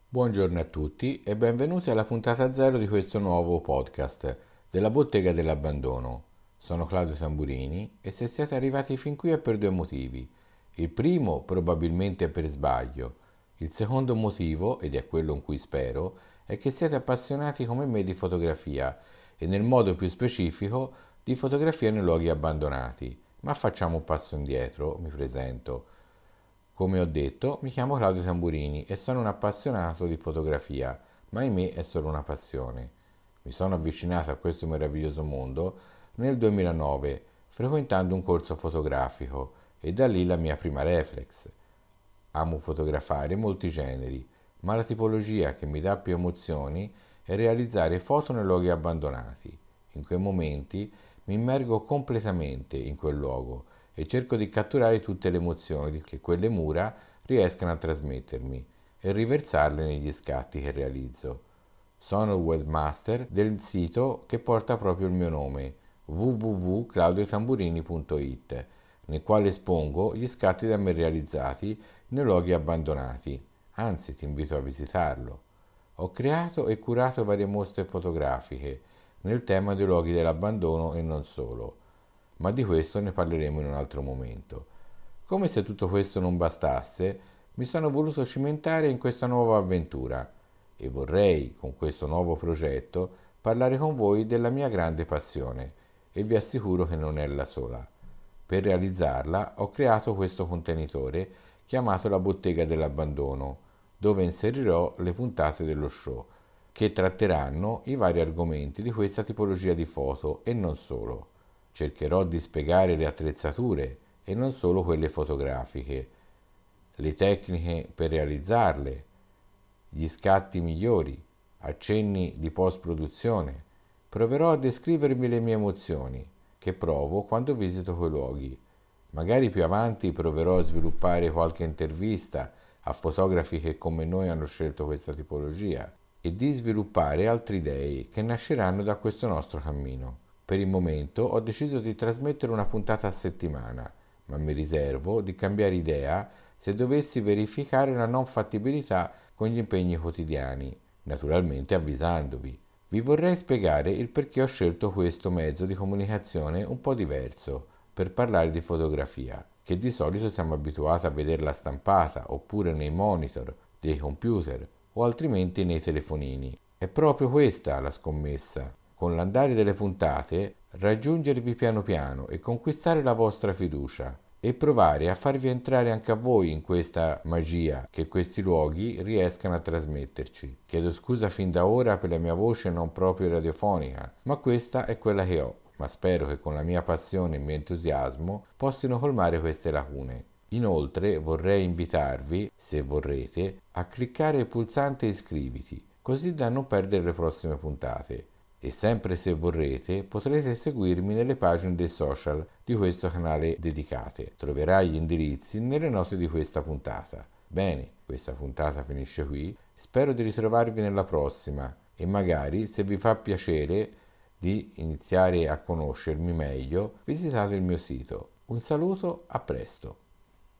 Buongiorno a tutti e benvenuti alla puntata zero di questo nuovo podcast della Bottega dell'Abbandono. Sono Claudio Tamburini e se siete arrivati fin qui è per due motivi. Il primo probabilmente per sbaglio. Il secondo motivo, ed è quello in cui spero, è che siete appassionati come me di fotografia e nel modo più specifico di fotografia nei luoghi abbandonati. Ma facciamo un passo indietro, mi presento. Come ho detto, mi chiamo Claudio Tamburini e sono un appassionato di fotografia, ma ahimè è solo una passione. Mi sono avvicinato a questo meraviglioso mondo nel 2009, frequentando un corso fotografico e da lì la mia prima reflex. Amo fotografare molti generi, ma la tipologia che mi dà più emozioni è realizzare foto nei luoghi abbandonati. In quei momenti mi immergo completamente in quel luogo e cerco di catturare tutte le emozioni che quelle mura riescano a trasmettermi e riversarle negli scatti che realizzo. Sono il webmaster del sito che porta proprio il mio nome, www.claudiotamburini.it, nel quale espongo gli scatti da me realizzati nei luoghi abbandonati. Anzi, ti invito a visitarlo. Ho creato e curato varie mostre fotografiche nel tema dei luoghi dell'abbandono e non solo, ma di questo ne parleremo in un altro momento. Come se tutto questo non bastasse, mi sono voluto cimentare in questa nuova avventura e vorrei, con questo nuovo progetto, parlare con voi della mia grande passione e vi assicuro che non è la sola. Per realizzarla ho creato questo contenitore chiamato la Bottega dell'Abbandono, dove inserirò le puntate dello show, che tratteranno i vari argomenti di questa tipologia di foto e non solo. Cercherò di spiegare le attrezzature e non solo quelle fotografiche, le tecniche per realizzarle, gli scatti migliori, accenni di post-produzione. Proverò a descrivervi le mie emozioni che provo quando visito quei luoghi. Magari più avanti proverò a sviluppare qualche intervista a fotografi che come noi hanno scelto questa tipologia e di sviluppare altre idee che nasceranno da questo nostro cammino. Per il momento ho deciso di trasmettere una puntata a settimana, ma mi riservo di cambiare idea se dovessi verificare la non fattibilità con gli impegni quotidiani, naturalmente avvisandovi. Vi vorrei spiegare il perché ho scelto questo mezzo di comunicazione un po' diverso per parlare di fotografia, che di solito siamo abituati a vederla stampata oppure nei monitor dei computer o altrimenti nei telefonini. È proprio questa la scommessa. Con l'andare delle puntate raggiungervi piano piano e conquistare la vostra fiducia e provare a farvi entrare anche a voi in questa magia che questi luoghi riescano a trasmetterci. Chiedo scusa fin da ora per la mia voce non proprio radiofonica, ma questa è quella che ho, ma spero che con la mia passione e il mio entusiasmo possano colmare queste lacune. Inoltre vorrei invitarvi, se vorrete, a cliccare il pulsante iscriviti, così da non perdere le prossime puntate. E sempre se vorrete potrete seguirmi nelle pagine dei social di questo canale dedicate. Troverai gli indirizzi nelle note di questa puntata. Bene, questa puntata finisce qui. Spero di ritrovarvi nella prossima e magari, se vi fa piacere di iniziare a conoscermi meglio, visitate il mio sito. Un saluto, a presto.